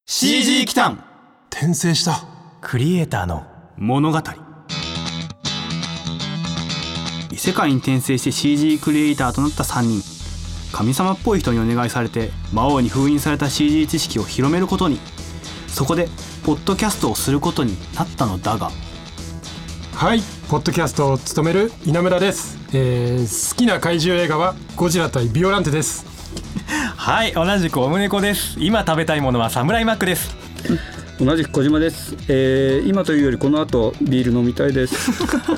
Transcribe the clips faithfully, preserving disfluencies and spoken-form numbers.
シージー 奇譚転生したクリエイターの物語。異世界に転生して シージー クリエイターとなったさんにん。神様っぽい人にお願いされて魔王に封印された シージー 知識を広めることに。そこでポッドキャストをすることになったのだが、 はい、ポッドキャストを務める稲村です、えー、好きな怪獣映画はゴジラ対ビオランテです。 はい、同じくオムネコです。今食べたいものはサムライマックです。 同じく小島です、えー、今というよりこの後ビール飲みたいです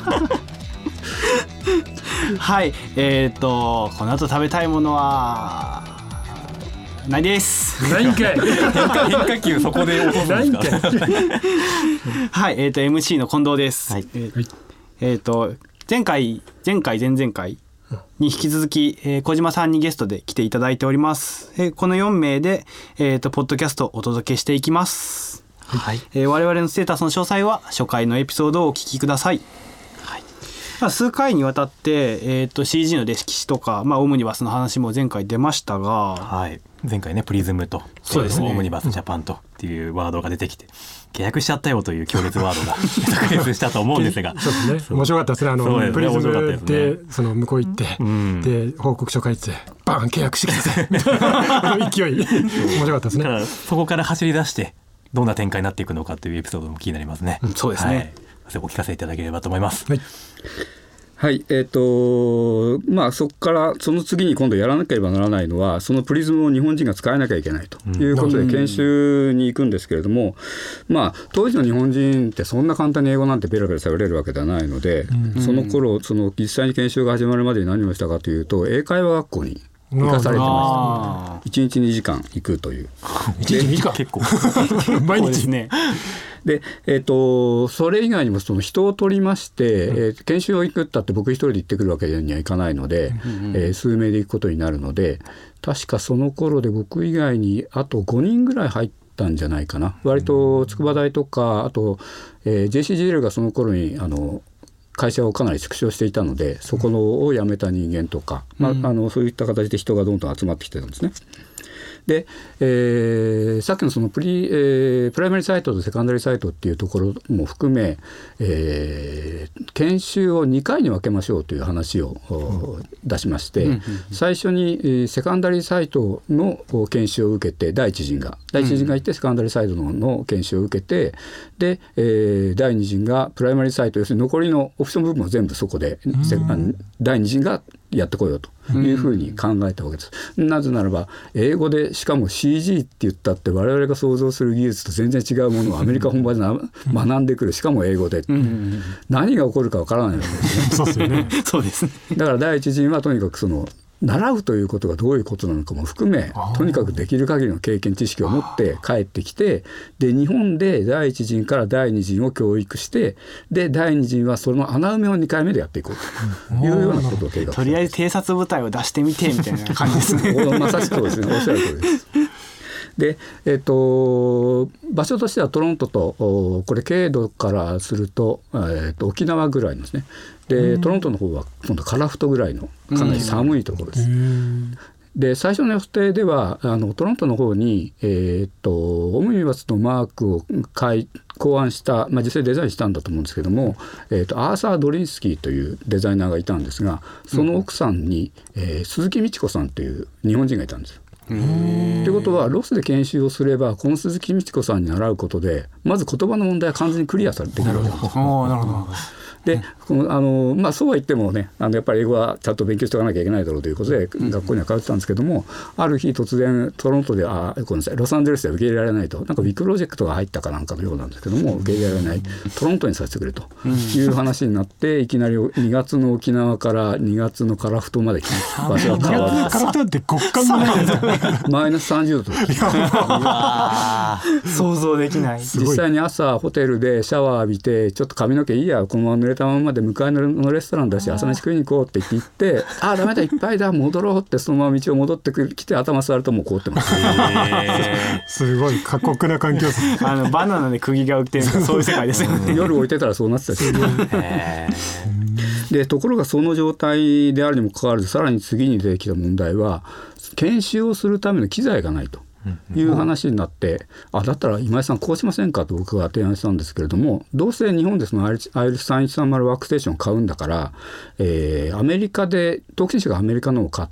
はい、えー、っとこの後食べたいものはないです。 ないんかい変化、変化球そこで落とすんですかはい、えー、っと エムシー の近藤です、 はい、 えーえー、っと前回前回前々回に引き続き、えー、小島さんにゲストで来ていただいております。えー、このよん名で、えー、とポッドキャストをお届けしていきます。はい、えー、我々のステータスの詳細は初回のエピソードをお聞きください。はい、まあ、数回にわたって、えー、と シージー の歴史とか、まあ、オムニバスの話も前回出ましたが、 はい、前回ねプリズムとそうですね、 オムニバスジャパンとっていうワードが出てきて、契約しちゃったよという強烈ワードが炸裂したと思うんですがそうですね、面白かったですね。あのね、 プリズムで、 ね、 その向こう行って、うん、で報告書書いてバーン契約してきたぜ勢い面白かったですね。 だからそこから走り出してどんな展開になっていくのかというエピソードも気になりますね。 うん、そうですね、 はい、お聞かせいただければと思います。 はい、 はい、えーとまあ、そこからその次に今度やらなければならないのはそのプリズムを日本人が使えなきゃいけないということで研修に行くんですけれども、うん、まあ、当時の日本人ってそんな簡単に英語なんてベラベラ喋れるわけではないので、うん、その頃その実際に研修が始まるまでに何をしたかというと英会話学校に行かされてました。いちにちにじかん行くといういちにちにじかん結構毎日ですね。 で、えー、とそれ以外にもその人を取りまして、うん、えー、研修を行くったって僕一人で行ってくるわけにはいかないので、うんうん、えー、数名で行くことになるので、確かその頃で僕以外にあとごにんぐらい入ったんじゃないかな。割と筑波大とかあと、えー、ジェーシージーエル がその頃にあの会社をかなり縮小していたので、そこのを辞めた人間とか、うん、まあ、あのそういった形で人がどんどん集まってきてたんですね。で、えー、さっきのそのプリ、えー、プライマリサイトとセカンダリサイトっていうところも含め、えー、研修をにかいに分けましょうという話を、うん、出しまして、うんうんうん、最初に、えー、セカンダリサイトの研修を受けて第一陣が第一陣がいて、セカンダリサイト の, の研修を受けて、で、えー、第二陣がプライマリサイト、要するに残りのオプション部分を全部そこで、うん、第二陣がやってこようというふうに考えたわけです、うん、なぜならば英語でしかも シージー って言ったって我々が想像する技術と全然違うものをアメリカ本場でな、うん、学んでくる、しかも英語で、うん、何が起こるかわからないわけですね。 そうですよね。 そうですね。 だから第一陣はとにかくその習うということがどういうことなのかも含め、とにかくできる限りの経験知識を持って帰ってきて、で日本で第一陣から第二陣を教育して、で第二陣はその穴埋めをにかいめでやっていこうというようなことを計画して、 とりあえず偵察部隊を出してみてみたいな感じですね。 まさしくそうですね、おっしゃる通りです。で、えー、と場所としてはトロントとこれ経度からすると、えー、と沖縄ぐらいですね。でトロントの方は今度カラフトぐらいのかなり寒いところです。で最初の予定ではあのトロントの方に、えー、とオムニバスのマークを考案した、まあ、実際デザインしたんだと思うんですけども、えー、とアーサー・ドリンスキーというデザイナーがいたんですが、その奥さんに、えー、鈴木美智子さんという日本人がいたんですよ。ということはロスで研修をすればこの鈴木美智子さんに習うことでまず言葉の問題は完全にクリアされてくるわけです。 なるほど。 でこのあのまあ、そうは言ってもね、あのやっぱり英語はちゃんと勉強しておかなきゃいけないだろうということで学校には通ってたんですけども、ある日突然トロントであごめんなさいロサンゼルスでは受け入れられないと、なんかビッグプロジェクトが入ったかなんかのようなんですけども、受け入れられない、トロントにさせてくれという話になって、いきなりにがつの沖縄からにがつのカラフトまで来た場所が変わる。 カラフトって極寒の中ですか？ マイナスさんじゅうどと想像できない。 実際に朝ホテルでシャワー浴びて、ちょっと髪の毛いいやこのまま濡れたままで迎えのレストランだし朝飯食いに行こうって言って言って、ああダメだいっぱいだ戻ろうってそのまま道を戻ってきて頭座るともう凍ってます。 すごい過酷な環境です。 あのバナナで釘が売ってるのそういう世界ですよね。 夜置いてたらそうなってたしでところがその状態であるにもかかわらず、さらに次に出てきた問題は研修をするための機材がないと。 いう話になって、あだったら今井さんこうしませんかと僕が提案したんですけれども、どうせ日本でその アイエルさんいちさんまるワークステーションを買うんだから、えー、アメリカで東京新社がアメリカのを買って、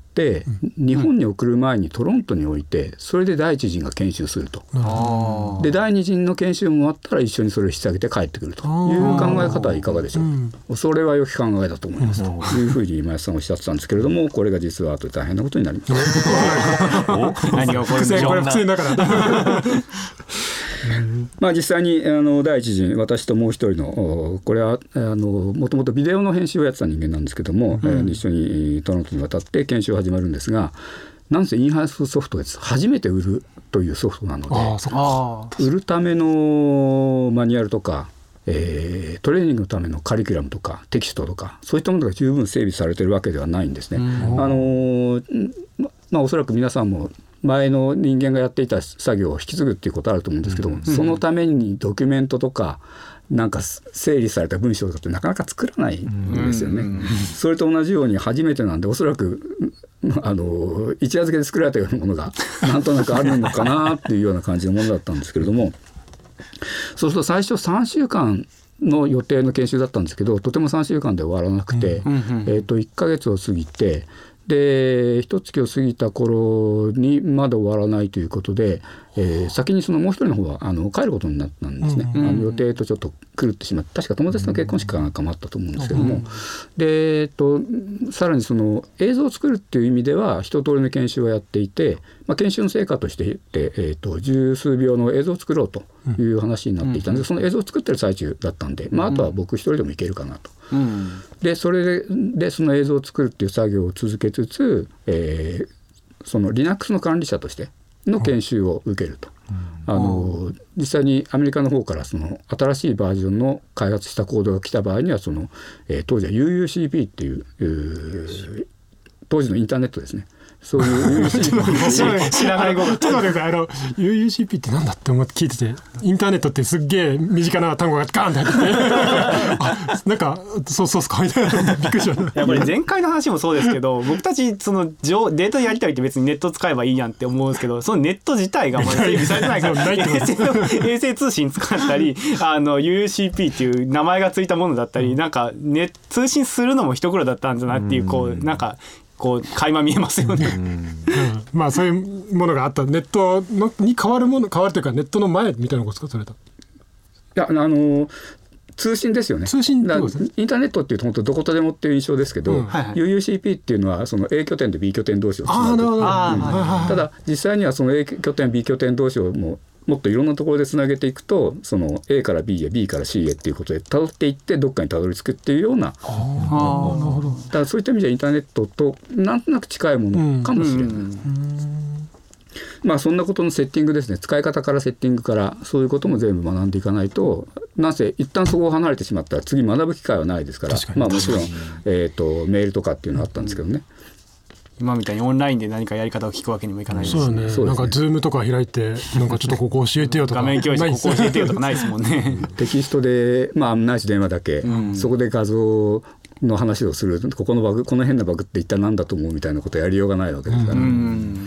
うん、日本に送る前にトロントに置いて、それで第一陣が研修すると、うん、で第二陣の研修も終わったら一緒にそれを引き上げて帰ってくるという考え方はいかがでしょう、うん、それは良き考えだと思いますというふうに今井さんおっしゃってたんですけれども、これが実は後で大変なことになります何が起こるんでしょう。 これ普通だからまあ実際にあの第一陣、私ともう一人のこれはあのもともとビデオの編集をやってた人間なんですけども、うん、一緒にトロントに渡って研修を始めるんですが、なんせインハウスソフトです。初めて売るというソフトなので、あそっか、売るためのマニュアルとか、えー、トレーニングのためのカリキュラムとかテキストとか、そういったものが十分整備されているわけではないんですね。あのままあ、おそらく皆さんも前の人間がやっていた作業を引き継ぐっていうことあると思うんですけども、うん、そのためにドキュメントとかなんか整理された文章とかってなかなか作らないんですよね、うん、それと同じように初めてなんで、おそらくあの一夜漬けで作られたようなものがなんとなくあるのかなっていうような感じのものだったんですけれども、そうすると最初さんしゅうかんの予定の研修だったんですけど、とてもさんしゅうかんで終わらなくて、うんうん、えーといっかげつを過ぎて、で一月を過ぎた頃にまだ終わらないということで、えー、先にそのもう一人の方はあの帰ることになったんですね、うんうん、あの予定とちょっと狂ってしまって、確か友達の結婚式かなんかもあったと思うんですけども、うんうん、で、えー、とさらにその映像を作るっていう意味では一通りの研修をやっていて、まあ、研修の成果として、えー、と十数秒の映像を作ろうという話になっていたので、うん、その映像を作ってる最中だったんで、まあ、あとは僕一人でもいけるかなと、うん、でそれ で, でその映像を作るっていう作業を続けつつ、えー、その Linux の管理者としての研修を受けると、うん、あの実際にアメリカの方からその新しいバージョンの開発したコードが来た場合にはその、えー、当時は ユーユーシーピー っていう、えー、当時のインターネットですね、そういう ユーユーシーピー知らない語がちょっと待ってください、あの ユーユーシーピー ってなんだって思って聞いてて、インターネットってすっげえ身近な単語がガーンって入っててあなんかそうそうそうみたいなびっくりしました。 やっぱり前回の話もそうですけど、僕たちそのデータやりたいって別にネット使えばいいやんって思うんですけど、そのネット自体がまだ整備されてないから衛星の衛星通信使ったりあの ユーユーシーピー っていう名前がついたものだったり、なんか、ね、通信するのも一苦労だったんだなっていう、こうなんかこう垣間見えますよね、うんうん、まあそういうものがあった、ネットのに変わるもの変わるというかネットの前みたいなことですか、それと。 いやあの通信ですよね。 通信ってことですね。 インターネットっていうと本当どことでもっていう印象ですけど、うんはいはい、ユーユーシーピー っていうのはその A 拠点と B 拠点同士をつなぐ、うん、ただ実際にはその A 拠点 B 拠点同士をもうもっといろんなところでつなげていくと、その A から B へ B から C へっていうことで辿っていってどっかにたどり着くっていうような、あ、うん、なるほど。だからそういった意味ではインターネットとなんとなく近いものかもしれない、うんうん、まあそんなことのセッティングですね、使い方からセッティングからそういうことも全部学んでいかないと、なんせ一旦そこを離れてしまったら次学ぶ機会はないですから、まあもちろん、えーと、メールとかっていうのはあったんですけどね、 今みたいにオンラインで何かやり方を聞くわけにもいかないですね。 そうね、そうですね。なんかズームとか開いてなんかちょっとここ教えてよとか画面教室ここ教えてよとかないですもんねテキストでまあないし電話だけ、うん、そこで画像の話をする、ここのバグこの変なバグって一体何だと思うみたいなことやりようがないわけですから、うん、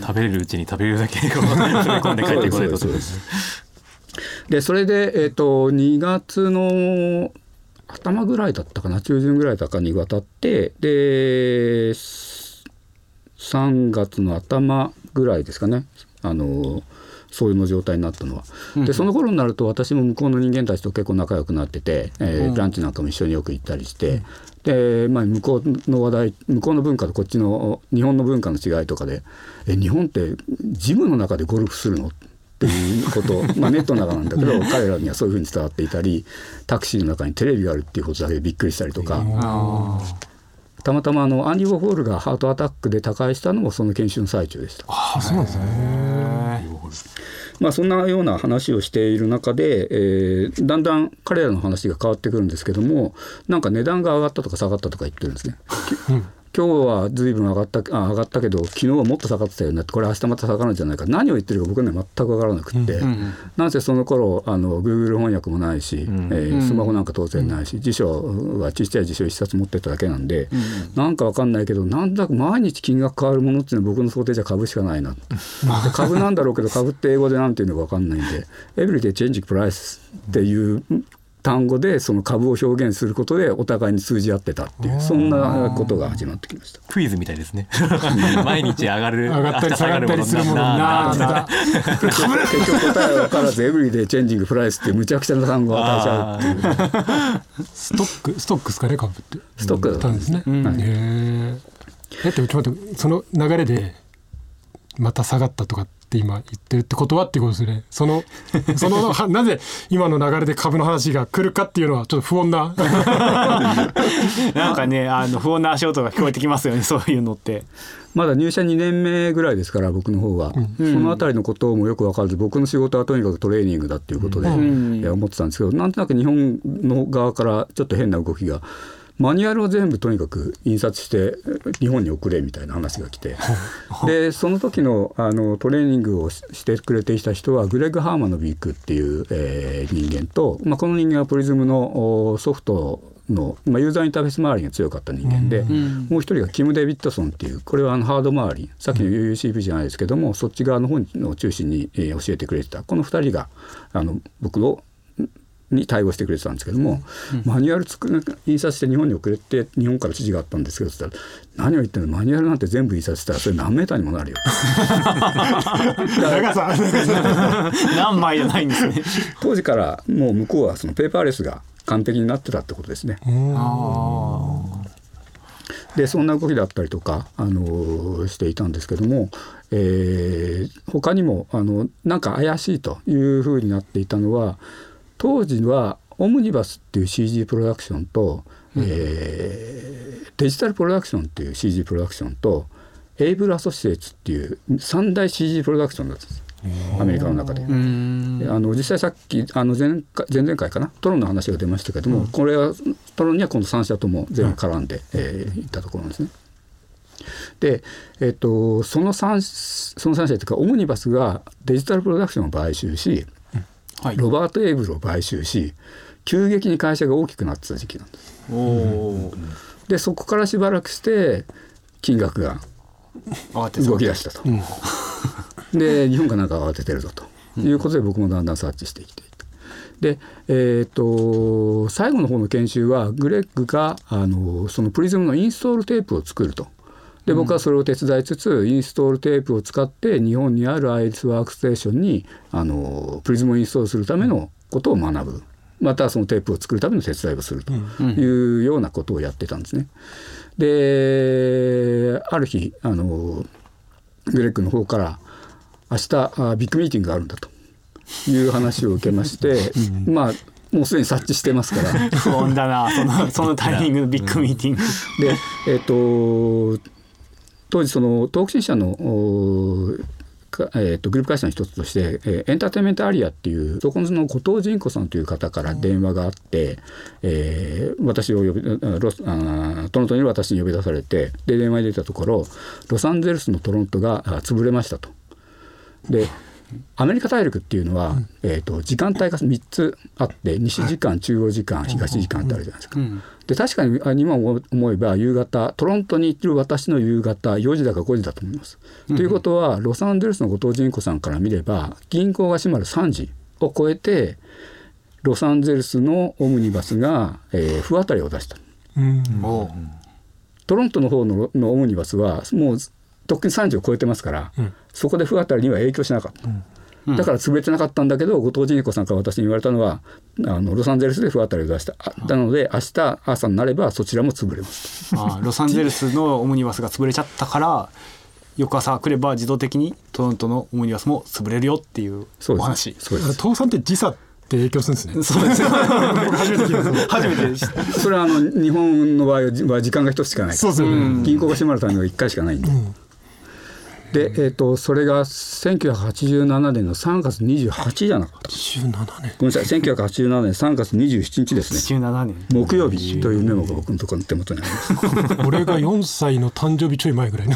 食べれるうちに食べれるだけ詰め込んで帰ってこないと。 そうです。でそれで、えーと、にがつの頭ぐらいだったかな、中旬ぐらいだかに渡って、でさんがつの頭ぐらいですかね、あのそういうの状態になったのは、うん、でその頃になると私も向こうの人間たちと結構仲良くなってて、えーうん、ランチなんかも一緒によく行ったりして、うん、で、まあ、向こうの話題、向こうの文化とこっちの日本の文化の違いとかで、え日本ってジムの中でゴルフするのっていうことまあネットの中なんだけど彼らにはそういうふうに伝わっていたり、タクシーの中にテレビがあるっていうことだけでびっくりしたりとか、たまたまあのアンディ・ウォーホルがハートアタックで他界したのもその研修の最中でした。 あ、そうなんですね。 まあ、そんなような話をしている中で、えー、だんだん彼らの話が変わってくるんですけども、なんか値段が上がったとか下がったとか言ってるんですね。 今日は随分上がったあ上がったけど昨日はもっと下がってたよねって、これ明日また下がるんじゃないか、何を言ってるか僕には全く分からなくって、うん、なんせその頃あの Google 翻訳もないし、うんえー、スマホなんか当然ないし、うん、辞書はちっちゃい辞書一冊持ってただけなんで、うん、なんか分かんないけどなんだか毎日金額変わるものっていうのは僕の想定じゃ株しかないな株なんだろうけど株って英語でなんていうのか分かんないんでエブリデイチェンジングプライスっていう単語でその株を表現することでお互いに通じ合ってたっていう、そんなことが始まってきました。 クイズみたいですね毎日上がる上がったり下がったりするものなんだ結局答えは分からずエブリデイチェンジングプライスっていうむちゃくちゃな単語を与えちゃうっていうストックストックですかね、株ってストックだったんですね、 うんはい、へえ。だってちょっと待って、その流れでまた下がったとかって今言ってるってことはってことですね。そのそのなぜ今の流れで株の話が来るかっていうのはちょっと不穏ななんかね、あの不穏な足音が聞こえてきますよねそういうのって。 まだ入社にねんめぐらいですから僕の方は、うん、そのあたりのこともよく分からず、僕の仕事はとにかくトレーニングだっていうことで、うん、思ってたんですけど、なんとなく日本の側からちょっと変な動きが、マニュアルを全部とにかく印刷して日本に送れみたいな話が来てでその時の、あのトレーニングをしてくれていた人はグレッグ・ハーマノビックっていう、えー、人間と、まあ、この人間はプリズムのソフトの、まあ、ユーザーインターフェース周りが強かった人間で、うん、もう一人がキム・デビッドソンっていう、これはあのハード周り、さっきの ユーユーシーピー じゃないですけども、うん、そっち側の方を中心に、えー、教えてくれてたこのふたりがあの僕をに対応してくれてたんですけども、うん、マニュアル作る印刷して日本に送れって日本から指示があったんですけど、つったら何を言ってんの、マニュアルなんて全部印刷したらそれ何メーターにもなるよ長さ何枚じゃないんですね当時からもう向こうはそのペーパーレスが完璧になってたってことですね。あでそんな動きだったりとか、あのー、していたんですけども、えー、他にもあのなんか怪しいというふうになっていたのは、当時はオムニバスっていう シージー プロダクションと、うんえー、デジタルプロダクションっていう シージー プロダクションとエイブルアソシエイツっていう三大 シージー プロダクションだったんです、アメリカの中で。あの実際さっきあの 前, 前々回かなトロンの話が出ましたけども、うん、これはトロンにはこのさん社とも全部絡んで、うんえー、いったところなんですね。で、えー、とその 3, そのさん社というかオムニバスがデジタルプロダクションを買収し、はい、ロバート・エイブルを買収し急激に会社が大きくなってた時期なんです。おでそこからしばらくして金額が動き出したと、うん、で日本がなんか慌ててるぞということで僕もだんだんサーチしてきていた。で、えー、と最後の方の研修はグレッグがあのそのプリズムのインストールテープを作ると。で僕はそれを手伝いつつ、インストールテープを使って日本にあるアイリスワークステーションにあのプリズムをインストールするためのことを学ぶ、またそのテープを作るための手伝いをするというようなことをやってたんですね。である日あのグレッグの方から明日あビッグミーティングがあるんだという話を受けましてまあもうすでに察知してますから不穏だなその、そのタイミングのビッグミーティングで、えー、と当時その東北新社の、えー、とグループ会社の一つとして、えー、エンターテインメントアリアっていうそこの後藤仁子さんという方から電話があって、えー、私を呼びロスあトロントにいる私に呼び出されて、で電話に出たところロサンゼルスのトロントが潰れましたと。でアメリカ大陸っていうのは、うんえー、と時間帯がみっつあって西時間、中央時間、東時間ってあるじゃないですか、うん、で確かに今思えば夕方トロントにいる私の夕方よじだかごじだと思います、うん、ということはロサンゼルスの後藤仁子さんから見れば銀行が閉まるさんじを超えてロサンゼルスのオムニバスが、えー、不当たりを出した、うん、トロントの方 の, のオムニバスはもうとっくにさんじを超えてますから、うん、そこで不当たりには影響しなかった、うん、だから潰れてなかったんだけど後藤仁子さんから私に言われたのはあのロサンゼルスで不当たりを出したなので明日朝になればそちらも潰れますとあロサンゼルスのオムニバスが潰れちゃったから翌朝来れば自動的にトロントのオムニバスも潰れるよっていうお話。 そうです。倒産って時差って影響するんですね。 そうです僕初めて聞きました初めてそれはあの日本の場合は時間が一つしかないから、 そうですよね、 銀行が閉まるタイミングがいっかいしかないんで、うんで、えー、とそれがせんきゅうひゃくはちじゅうななねんのさんがつにじゅうはちじゃなかった。 じゅうななねん。 ごめんなさい、せんきゅうひゃくはちじゅうななねんさんがつにじゅうしちにちですね。 じゅうななねん木曜日というメモが僕のところの手元にあります。 俺がよんさいの誕生日ちょい前ぐらいの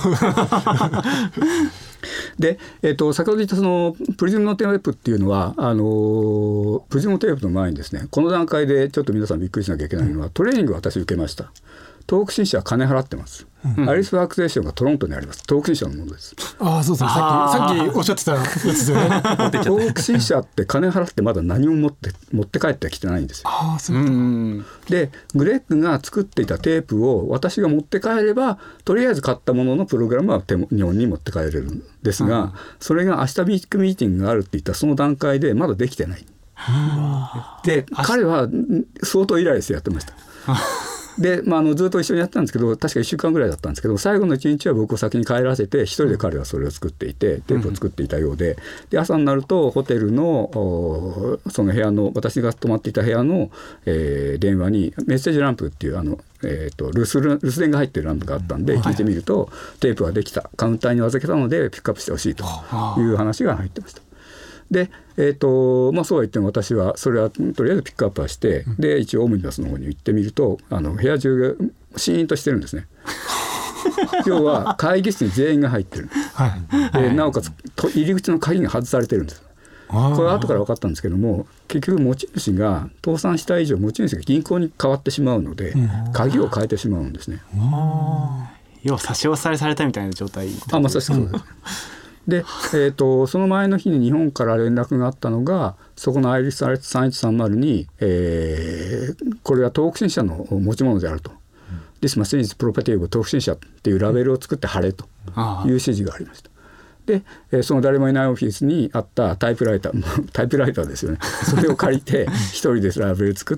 で、えー、と先ほど言ったそのプリズムのテープっていうのはあのー、プリズムのテープの前にですね、この段階でちょっと皆さんびっくりしなきゃいけないのは、トレーニングを私受けました。東北新社は金払ってます、うん、アリスワークステーションがトロントにあります。東北新社のものです。 ああそうですね、さっきさっきおっしゃってたやつですよね東北新社って金払ってまだ何も持って持って帰ってきてないんですよ。 あそういうことでグレッグが作っていたテープを私が持って帰ればとりあえず買ったもののプログラムは手も日本に持って帰れるんですが、うん、それが明日ビッグミーティングがあるって言ったその段階でまだできてない。で彼は相当イライラしてやってましたで、まあ、あのずっと一緒にやってたんですけど、確かいっしゅうかんぐらいだったんですけど、最後のいちにちは僕を先に帰らせて一人で彼はそれを作っていてテープを作っていたようで、で朝になるとホテルのその部屋の私が泊まっていた部屋の、えー、電話にメッセージランプっていうあの、えー、と留守留守電が入ってるランプがあったんで聞いてみると、テープができた、カウンターに預けたのでピックアップしてほしいという話が入ってました。でえーとまあ、そうは言っても私はそれはとりあえずピックアップはして、で一応オムニバスの方に行ってみるとあの部屋中がシーンとしてるんですね要は会議室に全員が入ってる、はい、でなおかつ入り口の鍵が外されてるんです。これは後から分かったんですけども、結局持ち主が倒産した以上持ち主が銀行に変わってしまうので、鍵を変えてしまうんですね。 要は差し押さえされたみたいな状態。 あ、まさしくそうです。で、えー、とその前の日に日本から連絡があったのが、そこのアイリスさんいちさんまるに、えー、これは東北新社の持ち物であると、うん、This machine is property of 東北新社っていうラベルを作って貼れという指示がありました。で、えー、その誰もいないオフィスにあったタイプライタータイプライターですよね、それを借りて一人でラベル作って、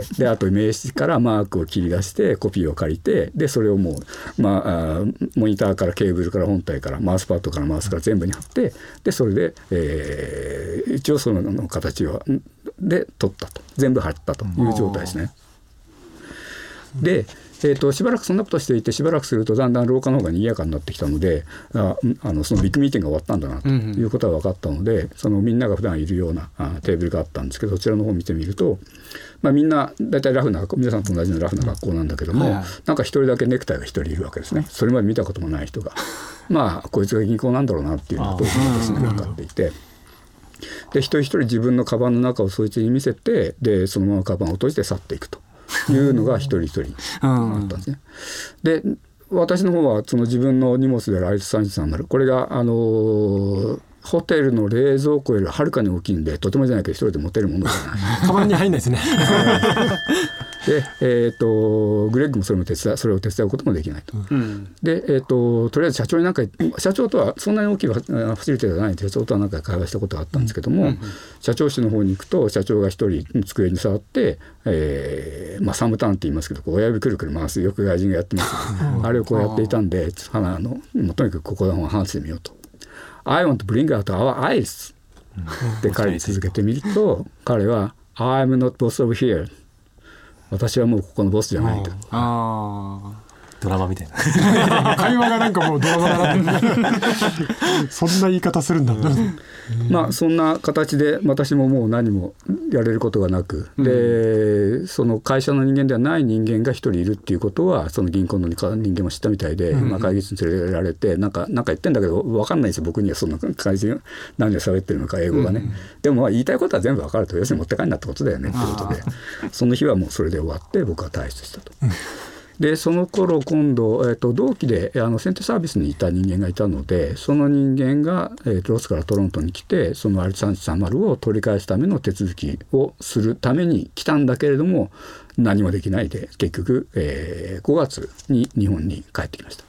であと名刺からマークを切り出してコピーを借りて、でそれをもう、まあ、あモニターからケーブルから本体からマウスパッドからマウスから全部に貼って、でそれで、えー、一応その形をで取ったと、全部貼ったという状態ですね。でえー、としばらくそんなことしていて、しばらくするとだんだん廊下の方が賑やかになってきたので、ああのそのビッグミーティングが終わったんだなということが分かったので、うんうん、そのみんなが普段いるようなあテーブルがあったんですけど、そちらの方を見てみると、まあ、みんな大体ラフな学校、皆さんと同じようなラフな学校なんだけども、うんはいはい、なんか一人だけネクタイが一人いるわけですね。それまで見たこともない人がまあこいつが銀行なんだろうなっていうのが当時私に分かっていて、で一人一人自分のカバンの中をそいつに見せて、でそのままカバンを閉じて去っていくというのが一人一人あったんですね。で私の方はその自分の荷物であるアイリスさんいちさんまる、これがあのー、ホテルの冷蔵庫よりはるかに大きいんで、とてもじゃないけど一人で持てるものじゃないカバンに入んないですねで、えー、とグレッグもそれも手伝それを手伝うこともできないと、うん、で、えー、ととりあえず社長に何回社長とはそんなに大きいファシリティではないんで、社長とは何回会話したことがあったんですけども、うんうん、社長室の方に行くと社長が一人机に座って、えーまあ、サムターンって言いますけど、こう親指くるくる回す、よく外人がやってますけど、うん、あれをこうやっていたんで、あのもうとにかくここを話してみようと、I want to bring out our eyes って彼に続けてみると、彼は I'm not boss of here、私はもうここのボスじゃないと。 あドラマみたいな会話がなんかもうドラマだなそんな言い方するんだ、うん、 まあそんな形で私ももう何もやれることがなく、うん、でその会社の人間ではない人間が一人いるっていうことはその銀行の人間も知ったみたいで、うんまあ、会議室に連れられてなんかなんか言ってんだけど分かんないんですよ、僕にはそんな会社何を喋ってるのか英語がね、うん、でもまあ言いたいことは全部分かると、要するに持って帰んなってことだよねってことで、その日はもうそれで終わって僕は退出したと。うんでその頃今度、えー、と同期であのセンターサービスにいた人間がいたので、その人間が、えー、ロスからトロントに来て、そのアリスさんいちさんまるを取り返すための手続きをするために来たんだけれども、何もできないで結局、えー、ごがつに日本に帰ってきました。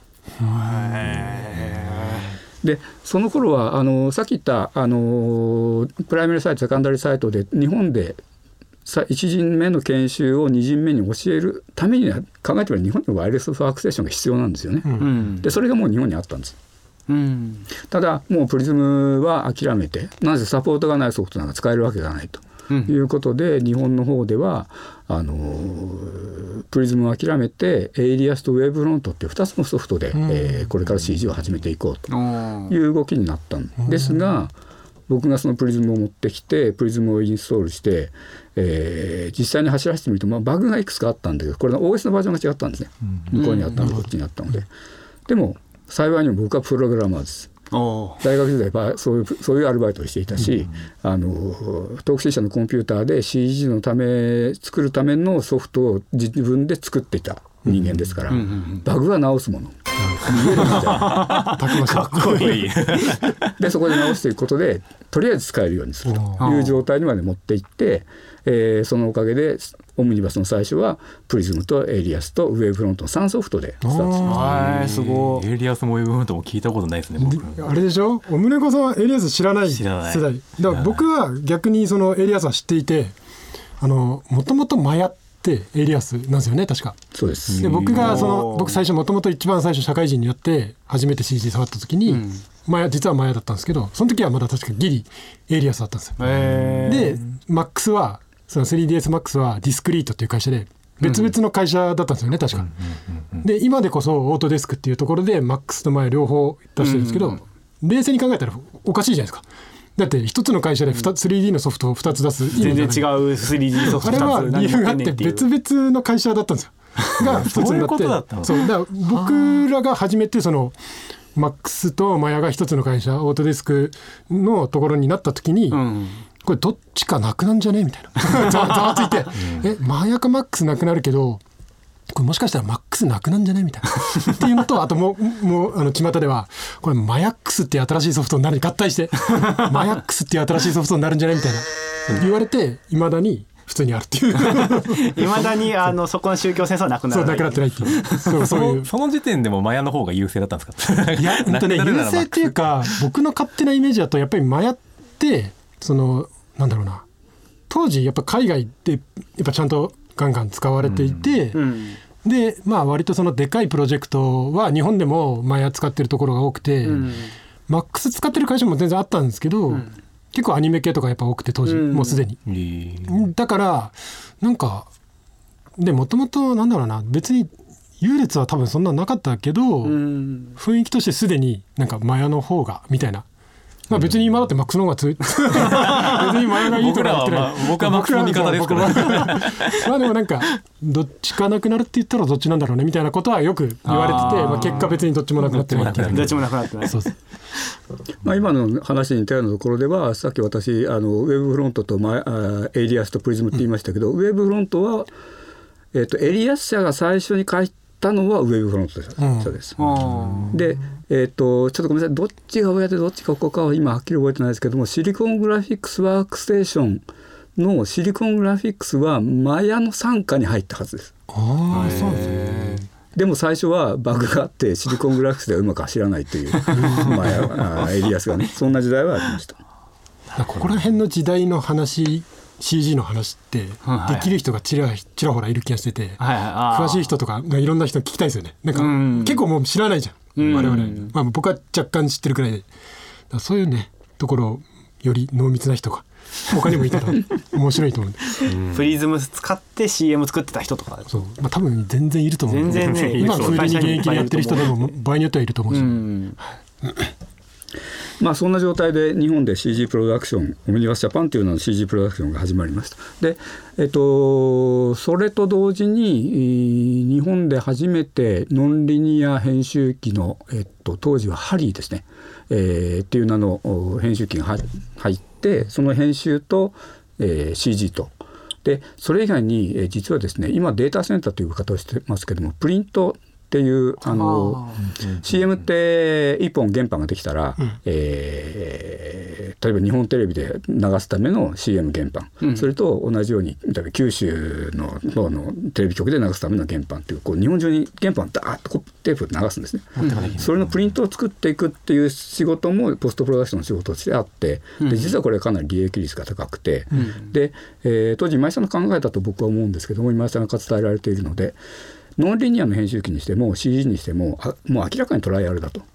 でその頃はあのさっき言ったあのプライマリサイトセカンダリサイトで日本でいち陣目の研修をに陣目に教えるためには考えてみれば日本のワイヤレスワークステーションが必要なんですよね、うん、でそれがもう日本にあったんです、うん、ただもうプリズムは諦めて、なぜサポートがないソフトなんか使えるわけがないということで、うん、日本の方ではあのプリズムを諦めてエイリアスとウェーブフロントっていうふたつのソフトで、うんえー、これから シージー を始めていこうという動きになったんですが、うん、僕がそのプリズムを持ってきてプリズムをインストールして、えー、実際に走らせてみると、まあ、バグがいくつかあったんだけどこれの オーエス のバージョンが違ったんですね、うん、向こうにあったのとこっちにあったので、でも幸いにも僕はプログラマーです。大学時代そういう、そういうアルバイトをしていたし、うん、あの東北新社のコンピューターで シージー のため作るためのソフトを自分で作っていた人間ですから、うんうんうん、バグは直すもの、逃げるみたいなかっこいいでそこで直していくことでとりあえず使えるようにするという状態にまで持っていって、えー、そのおかげでオムニバスの最初はプリズムとエイリアスとウェーブフロントのさんソフトでスタートしました。すごい。 エイリアスもウェーブフロントも聞いたことないですね。僕あれでしょ、オムネコさんはエイリアス知らない世代だから僕は逆にそのエイリアスは知っていて、あのもともとマヤってエイリアスなんですよね確か。 そうです。 で僕がその僕最初もともと一番最初社会人になって初めて シージー 触った時に、うん、マヤ実はマヤだったんですけど、その時はまだ確かギリエイリアスだったんですよ。でマックスはその スリーディーエスマックス はディスクリートっていう会社で別々の会社だったんですよね、うん、確か、うんうんうん、で今でこそオートデスクっていうところでマックスとマヤ両方出してるんですけど、うんうんうん、冷静に考えたらおかしいじゃないですか。だって一つの会社で スリーディー のソフトをふたつ出す意味全然違う スリーディー ソフトあれは理由があって別々の会社だったんですよが一つになってそういうことだったの。そうだから僕らが初めてそのマックスとマヤが一つの会社オートデスクのところになった時に、うんこれどっちかなくなんじゃねみたいなざわついて、うん、えマヤかマックスなくなるけどこれもしかしたらマックスなくなんじゃねみたいなっていうのとあともうもうあの巷ではこれマヤックスっていう新しいソフトになるに合体してマヤックスっていう新しいソフトになるんじゃないみたいな言われていまだに普通にあるっていういまだにあのそこの宗教戦争はなくならない。 そうなくなってないっていうそうそういうその時点でもマヤの方が優勢だったんですか。 いや本当ね優勢っていうか僕の勝手なイメージだとやっぱりマヤってそのなんだろうな当時やっぱ海外でやっぱちゃんとガンガン使われていて、うん、でまあ割とそのでかいプロジェクトは日本でもマヤ使ってるところが多くて、うん、マックス使ってる会社も全然あったんですけど、うん、結構アニメ系とかやっぱ多くて当時、うん、もうすでに、うん、だからなんかでもともとなんだろうな別に優劣は多分そんななかったけど、うん、雰囲気としてすでになんかマヤの方がみたいな。まあ、別に今だってマックスの方が強い別にマヤがいいとか言ってない。 僕はマックスの味方ですからまあでもなんかどっちかなくなるって言ったらどっちなんだろうねみたいなことはよく言われてて、まあ、結果別にどっちもなくなってないどっちもなくなってないそうそうまあ今の話に似たようなところではさっき私あのウェブフロントとマエイリアスとプリズムって言いましたけど、うん、ウェブフロントは、えーと、エイリアス社が最初に書いたのはウェブフロントです、うん、でえー、とちょっとごめんなさいどっちが上でどっちがここかは今はっきり覚えてないですけどもシリコングラフィックスワークステーションのシリコングラフィックスはマヤの傘下に入ったはずです。 あそうですね。 でも最初はバグがあってシリコングラフィックスではうまく走らないというマヤあエイリアスがねそんな時代はありました。 ここら辺の時代の話シージー の話ってできる人がちらちらほらいる気がしてて、はいはい、詳しい人とかいろんな人に聞きたいですよね。なんか結構もう知らないじゃん我々、まあ、僕は若干知ってるくらいでだそういうねところをより濃密な人が他にもいたら面白いと思うんでプリズム使って シーエム 作ってた人とかそう、まあ、多分全然いると思う。 全然ね今普通に現役でやってる人でも場合によってはいると思うし、うんまあ、そんな状態で日本で シージー プロダクションオムニバスジャパンというのの シージー プロダクションが始まりました。で、えっと、それと同時に日本で初めてノンリニア編集機の、えっと、当時はハリーですね、えー、っていう名の編集機が入ってその編集と、えー、シージー とでそれ以外に、えー、実はですね今データセンターという方をしてますけどもプリントっていうあのあ シーエム っていっぽん原版ができたら、うんえー、例えば日本テレビで流すための シーエム 原版、うん、それと同じように例えば九州の方のテレビ局で流すための原版っていう、こう日本中に原版をダーッとテープで流すんですね、うん、それのプリントを作っていくっていう仕事もポストプロダクションの仕事としてあって、うん、で実はこれかなり利益率が高くて、うん、で、えー、当時今井さんの考えだと僕は思うんですけども今井さんが伝えられているのでノンリニアの編集機にしても シージー にしてもあもう明らかにトライアルだと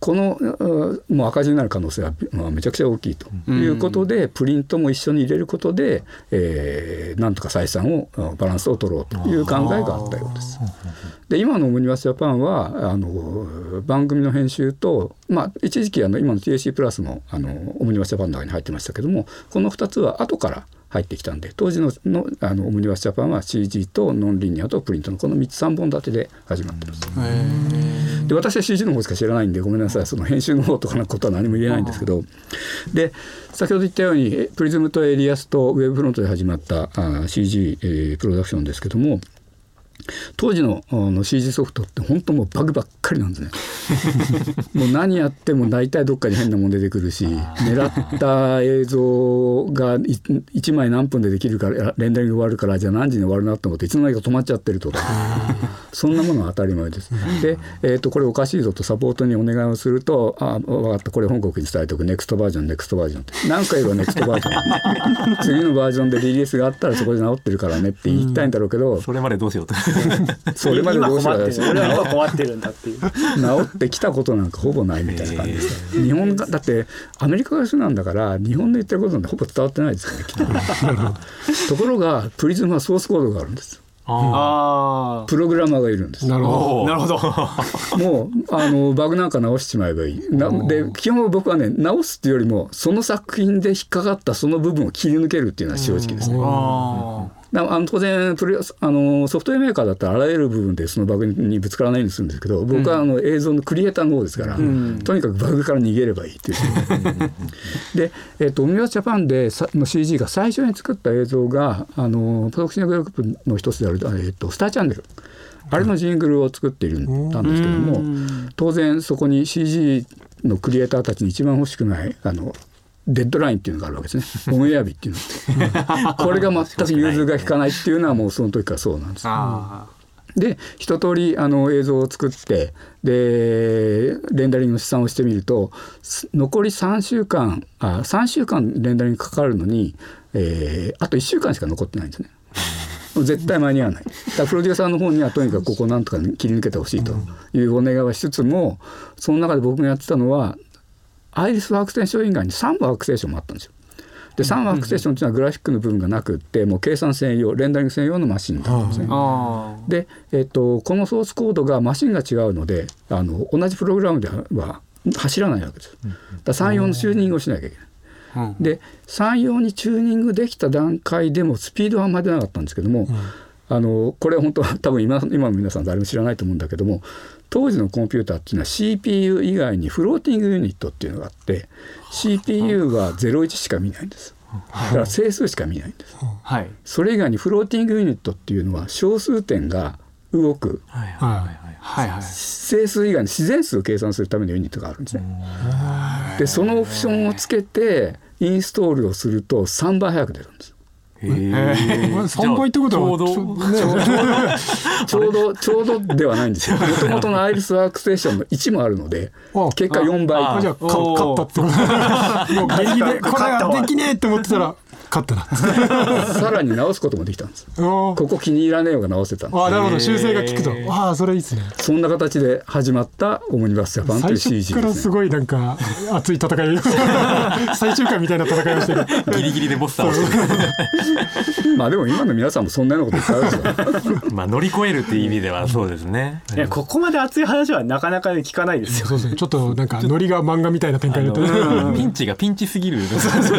このもう赤字になる可能性はめちゃくちゃ大きいということで、うん、プリントも一緒に入れることで、えー、なんとか採算をバランスを取ろうという考えがあったようです。で今のオムニバスジャパンはあの番組の編集と、まあ、一時期あの今の ティーエーシー プラスもあのオムニバスジャパンの中に入ってましたけども、このふたつは後から入ってきたんで、当時 の, の, あのオムニバスジャパンは シージー とノンリニアとプリントのこのみっつさんぼん立てで始まってます。で私は シージー の方しか知らないんでごめんなさい、その編集の方とかのことは何も言えないんですけど、で先ほど言ったようにプリズムとエリアスとウェブフロントで始まったあ シージー、えー、プロダクションですけども、当時 の, の シージー ソフトって本当もうバグばっかりなんですねもう何やっても大体どっかに変なもん出てくるし、狙った映像がいちまい何分でできるからレンダリング終わるからじゃあ何時に終わるなと思っていつの間にか止まっちゃってるとかそんなものは当たり前です。で、えー、とこれおかしいぞとサポートにお願いをすると、あ分かった、これ本国に伝えておく、ネクストバージョンネクストバージョンって何回言えばネクストバージョン次のバージョンでリリースがあったらそこで直ってるからねって言いたいんだろうけど、 それまでどうしようとそれまでどうしようと俺は今困ってるんだっていう直ってきたことなんかほぼないみたいな感じです。日本がだってアメリカが主なんだから日本の言ってることなんてほぼ伝わってないですからねところがプリズムはソースコードがあるんです。あプログラマーがいるんです。 なるほどなるほどもうあのバグなんか直しちまえばいいな。で基本僕はね直すっていうよりもその作品で引っかかったその部分を切り抜けるっていうのは正直ですね。ああの当然プレあのソフトウェアメーカーだったらあらゆる部分でそのバグにぶつからないようにするんですけど、僕はあの映像のクリエイターの方ですから、うん、とにかくバグから逃げればいいっていうで、えー、とオムニバスジャパンでの シージー が最初に作った映像があのプロダクショングループの一つである、えー、とスターチャンネル、あれのジングルを作っているんですけども、当然そこに シージー のクリエイターたちに一番欲しくないあのデッドラインっていうのがあるわけですねオンエア日っていうのってこれが全く融通が利かないっていうのはもうその時からそうなんです。あで一通りあの映像を作ってでレンダリングの試算をしてみると残りさんしゅうかんあさんしゅうかんレンダリングかかるのに、えー、あといっしゅうかんしか残ってないんですね。絶対間に合わない。だからプロデューサーの方にはとにかくここなんとか切り抜けてほしいというお願いはしつつも、その中で僕がやってたのはアイリスワークステーション以外にさんワークステーションもあったんですよ。でさんワークステーションというのはグラフィックの部分がなくってもう計算専用レンダリング専用のマシンだったんですね。で、えっと、このソースコードがマシンが違うのであの同じプログラムでは走らないわけです。だからさんよんのチューニングをしなきゃいけない。でさんよんにチューニングできた段階でもスピードはあんまり出なかったんですけども、あのこれは本当は多分 今, 今の皆さん誰も知らないと思うんだけども、当時のコンピューターっていうのは シーピーユー 以外にフローティングユニットっていうのがあって シーピーユー はゼロいちしか見ないんです。だから整数しか見ないんです、はい、それ以外にフローティングユニットっていうのは小数点が動く、はいはいはい、整数以外に自然数を計算するためのユニットがあるんですね。でそのオプションをつけてインストールをするとさんばい早く出るんです。 へーさんばいってことはちょうどちょうどちょうどではないんですよ。もともとのアイリスワークステーションのいちもあるので結果よんばい。 ああじゃあ勝ったってこともう激でこれはできねえって思ってたら勝ったなさらに直すこともできたんです。ここ気に入らねえよが直せたんです。 あなるほど修正が効くと。ああそれいいですね。 そんな形で始まったオムニバスジャパンという シージー ですね。 最初からすごいなんか熱い戦い最終回みたいな戦いをしてるギリギリでボス倒してるまあでも今の皆さんもそんなようなこと言ってあるんですよまあ乗り越えるっていう意味ではそうですね。 いやここまで熱い話はなかなか聞かないですよ。 そうそうちょっとなんかノリが漫画みたいな展開だったピンチがピンチすぎる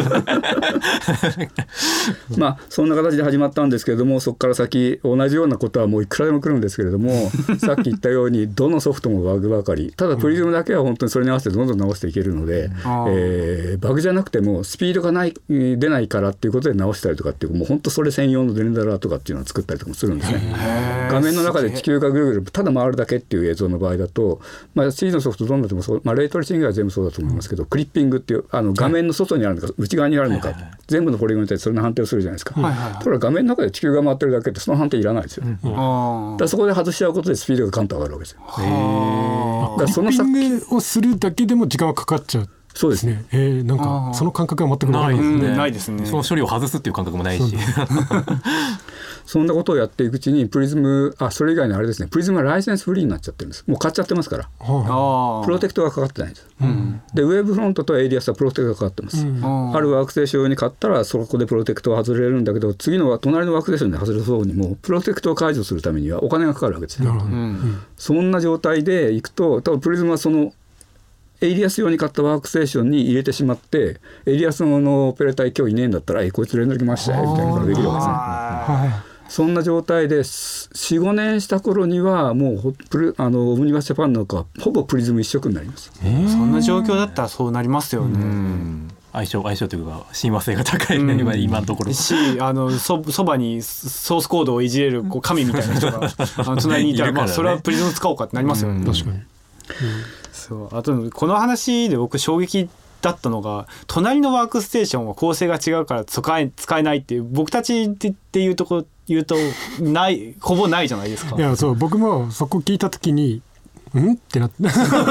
まあそんな形で始まったんですけれども、そこから先同じようなことはもういくらでも来るんですけれどもさっき言ったようにどのソフトもバグばかり。ただプリズムだけは本当にそれに合わせてどんどん直していけるので、うんえー、バグじゃなくてもスピードがない出ないからっていうことで直したりとかっていうもう本当それ専用のレンダラーとかっていうのを作ったりとかもするんですね。画面の中で地球がぐるぐるただ回るだけっていう映像の場合だと、まあ、シーズのソフトどんなでもそう、まあ、レイトレーシングは全部そうだと思いますけど、クリッピングっていうあの画面の外にあるのか内側にあるのか、はいはいはい、全部のポリゴンに対してそれの判定をするじゃないですか、はいはいはい、ただ画面の中で地球が回ってるだけってその判定いらないですよ、うん、だからそこで外しちゃうことでスピードがカンと上がるわけですよ。 だからそのクリッピングをするだけでも時間はかかっちゃう。 そうですね。 ね、えー、なんかその感覚は全くなないいですね。 ですね。 ないですね。 その処理を外すっていう感覚もないし。 そんなことをやっていくうちにプリズム、あ、それ以外のあれですね、プリズムはライセンスフリーになっちゃってるんです。もう買っちゃってますから。 はあプロテクトがかかってないんです。 うんでウェブフロントとエイリアスはプロテクトがかかってます。 うんあるワークステーション用に買ったらそこでプロテクトを外れるんだけど、次の隣のワークステーションで外れそうにもプロテクトを解除するためにはお金がかかるわけですよ。 なるほど。 うんそんな状態でいくと、多分プリズムはそのエイリアス用に買ったワークステーションに入れてしまって、エイリアスのオペレーター今日いねえんだったら、えこいつ連絡来ましたよみたいなことができるわけですね。 はそんな状態でよん、ごねんした頃にはもうプルあのオムニバスジャパンなんかはほぼプリズム一色になります。 い。えーそんな状況だったらそうなりますようね。 ん相性相性というか親和性が高いね、 うん今今のところ。 しあの そ, そばにソースコードをいじれるこう神みたいな人があの隣にいたら、 いるからねまあ、それはプリズム使おうかってなりますよね。 うん確かに。 そうあとこの話で僕衝撃だったのが、隣のワークステーションは構成が違うから使え使えないっていう、僕たちってっていうとこ言うとないほぼないじゃないですか。 いやそう僕もそこ聞いた時にんってなって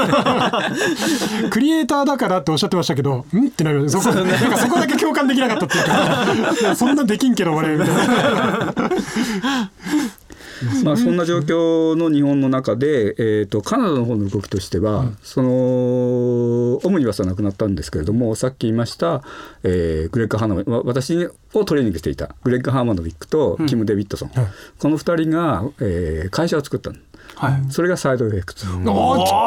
クリエイターだからっておっしゃってましたけどんってなるそこなんかそこだけ共感できなかったっていうかいやそんなできんけど俺みたいなまあ、そんな状況の日本の中で、えー、とカナダの方の動きとしては、うん、そのオムニバスはなくなったんですけれども、さっき言いました、えー、グレッグ・ハーマノ私をトレーニングしていたグレッグ・ハーマノビックとキム・デビッドソン、うん、このふたりが、えー、会社を作ったの。はい、それがサイドエフェクト。 おー来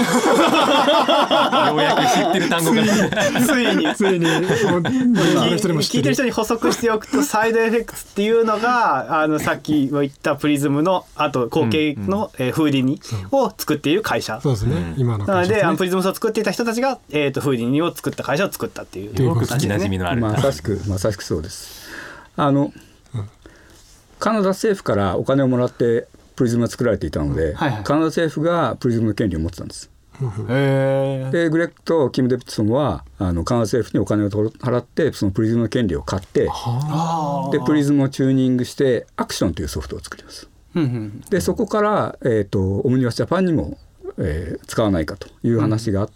たようやく知ってる単語がついについに聞いてる人に補足しておくと、サイドエフェクトっていうのがあのさっき言ったプリズムのあと後継の、うんうん、フーディニを作っている会社。 そうですね、今の会社ですね。なのでプリズムを作っていた人たちが、えー、とフーディニを作った会社を作ったっていう、 すごく聞きなじみのある。 まさしくまさしくそうです。あの、うん、カナダ政府からお金をもらってプリズムが作られていたので、はいはい、カナダ政府がプリズムの権利を持ってたんです。 へでグレッグとキム・デビッドソンはあのカナダ政府にお金を払ってそのプリズムの権利を買って、でプリズムをチューニングしてアクションというソフトを作ります。でそこから、えーと、オムニバスジャパンにも、えー、使わないかという話があって、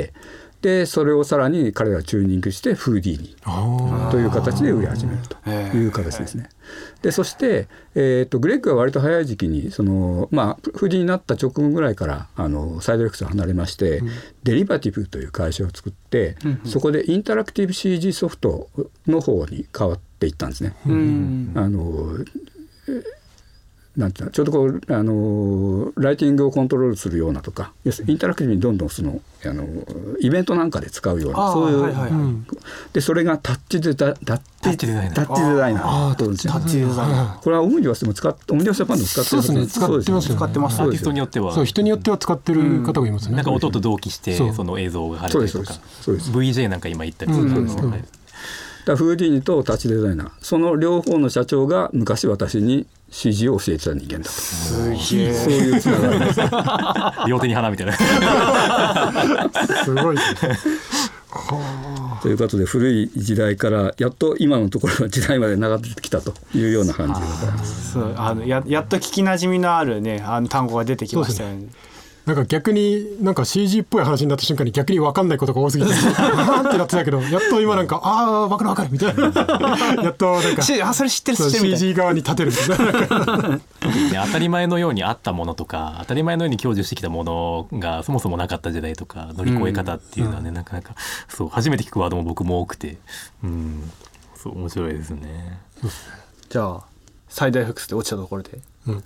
うん、でそれをさらに彼らがチューニングしてフーディーニという形で売り始めるという形ですね。でそして、えー、とグレッグは割と早い時期にその、まあ、フーディーになった直後ぐらいからあのサイドエフェクトを離れまして、うん、デリバティブという会社を作って、うんうん、そこでインタラクティブ シージー ソフトの方に変わっていったんですね。うん、あのなんていうのちょうどこうあのライティングをコントロールするようなとか、要するにインタラクティブにどんどんそのあのイベントなんかで使うようなそういう、はいはいはい、でそれがタッチデザタッチデザイナータッチデザイナーとタッチデザイナーこれはオムニバスでも使っオムニバスジャパンでも使ってる。 そうですね、使ってますよね。 使ってます。 アーティストによってはそう人によっては使ってる方がいますね。 なんか音と同期してその映像が貼れたりとか ブイジェー なんか今言ったりするんですよね。 だフーディーニとタッチデザイナーその両方の社長が昔私に シージー を教えてた人間だと。 すげえそういうつながりです両手に花みたいなすごいですね。 ということで古い時代からやっと今のところの時代まで流れてきたというような感じでございます。 そうあの や, やっと聞きなじみのある、ね、あの単語が出てきましたよね。 なんか逆になんか シージー っぽい話になった瞬間に逆に分かんないことが多すぎてあーってなってたけど、やっと今なんかあー分かる分かるみたいなやっとなんかあそれ知ってる知ってるみたいなシージー 側に立てるみたいな当たり前のようにあったものとか当たり前のように享受してきたものがそもそもなかった時代とか乗り越え方っていうのはね、うん、なかなかそう初めて聞くワードも僕も多くて、うん、そう面白いですね。 じゃあ最大複数で落ちたところで、うん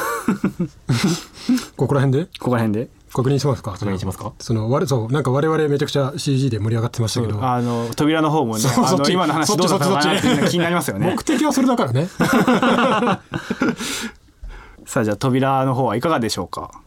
ここら辺でここら辺で確認しますか。 確認しますか。 その我そうなんか我々めちゃくちゃ シージー で盛り上がってましたけど、 あの扉の方もねそうあの今の話どうだったのかなって気になりますよね。 目的はそれだからねさあじゃあ扉の方はいかがでしょうか。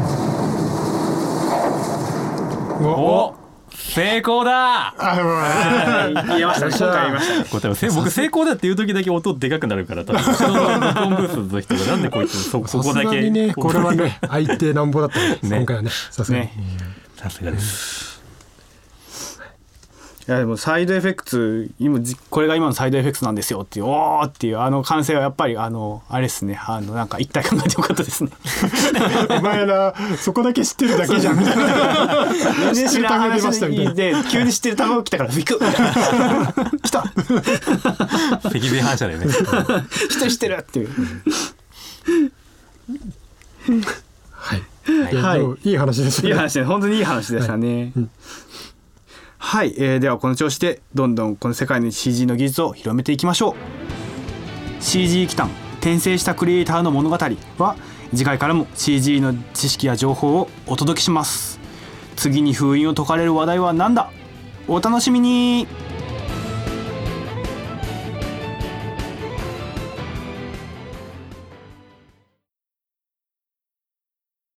おお成功だ。 あ言えましたね。今回言いましたね。 これ多分僕成功だっていう時だけ音でかくなるから多分後ろの録音ブースの人がなんでこいつ そ, そこだけさすがにねこれはね相手なんぼだったね今回はねさすがにさすがです。 いやでもサイドエフェクツ今これが今のサイドエフェクツなんですよっていうおーっていうあの歓声はやっぱりあのあれですねあのなんか一体感が出よかったですねお前らそこだけ知ってるだけじゃんみたいな全然知らない話で急に知ってる卵来たからビクッみたいな来た赤米反射でね知ってる知ってるっていうはい、 はいはい、でもいい話ですねいい話ね本当にいい話でしたね、はいうんはい、えー、ではこの調子でどんどんこの世界の シージー の技術を広めていきましょう。 シージー 奇譚転生したクリエイターの物語は次回からも シージー の知識や情報をお届けします。次に封印を解かれる話題は何だ、お楽しみに。